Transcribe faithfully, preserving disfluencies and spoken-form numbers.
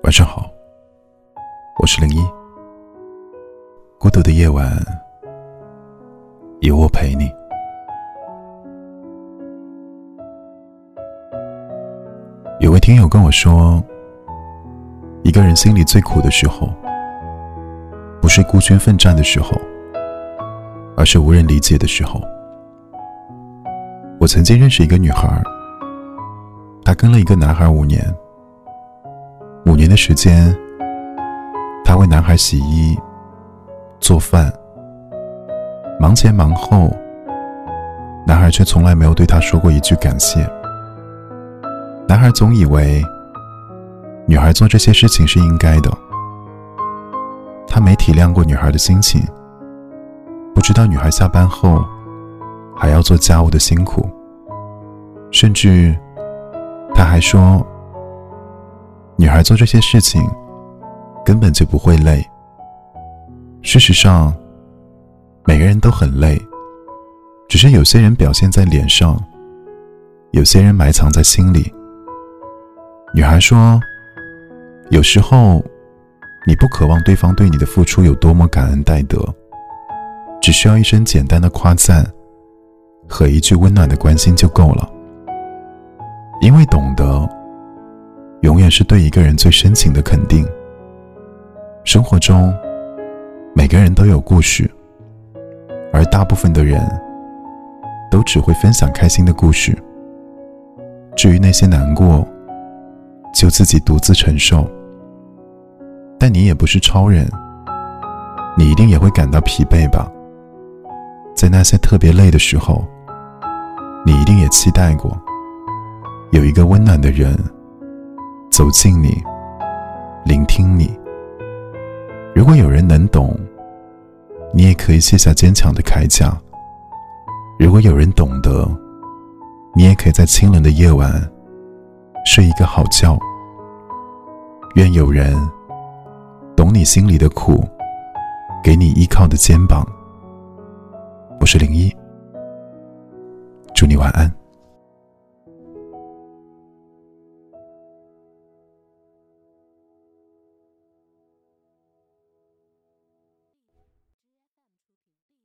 晚上好，我是零一。孤独的夜晚，有我陪你。有位听友跟我说，一个人心里最苦的时候，不是孤军奋战的时候，而是无人理解的时候。我曾经认识一个女孩，她跟了一个男孩五年，五年的时间，她为男孩洗衣、做饭，忙前忙后，男孩却从来没有对她说过一句感谢。男孩总以为女孩做这些事情是应该的，他没体谅过女孩的心情，不知道女孩下班后还要做家务的辛苦，甚至他还说女孩做这些事情根本就不会累。事实上，每个人都很累，只是有些人表现在脸上，有些人埋藏在心里。女孩说，有时候你不渴望对方对你的付出有多么感恩戴德，只需要一声简单的夸赞和一句温暖的关心就够了。因为懂得永远是对一个人最深情的肯定。生活中每个人都有故事，而大部分的人都只会分享开心的故事，至于那些难过就自己独自承受。但你也不是超人，你一定也会感到疲惫吧。在那些特别累的时候，你一定也期待过有一个温暖的人走近你，聆听你。如果有人能懂，你也可以卸下坚强的铠甲。如果有人懂得，你也可以在清冷的夜晚睡一个好觉。愿有人懂你心里的苦，给你依靠的肩膀。我是零一，祝你晚安。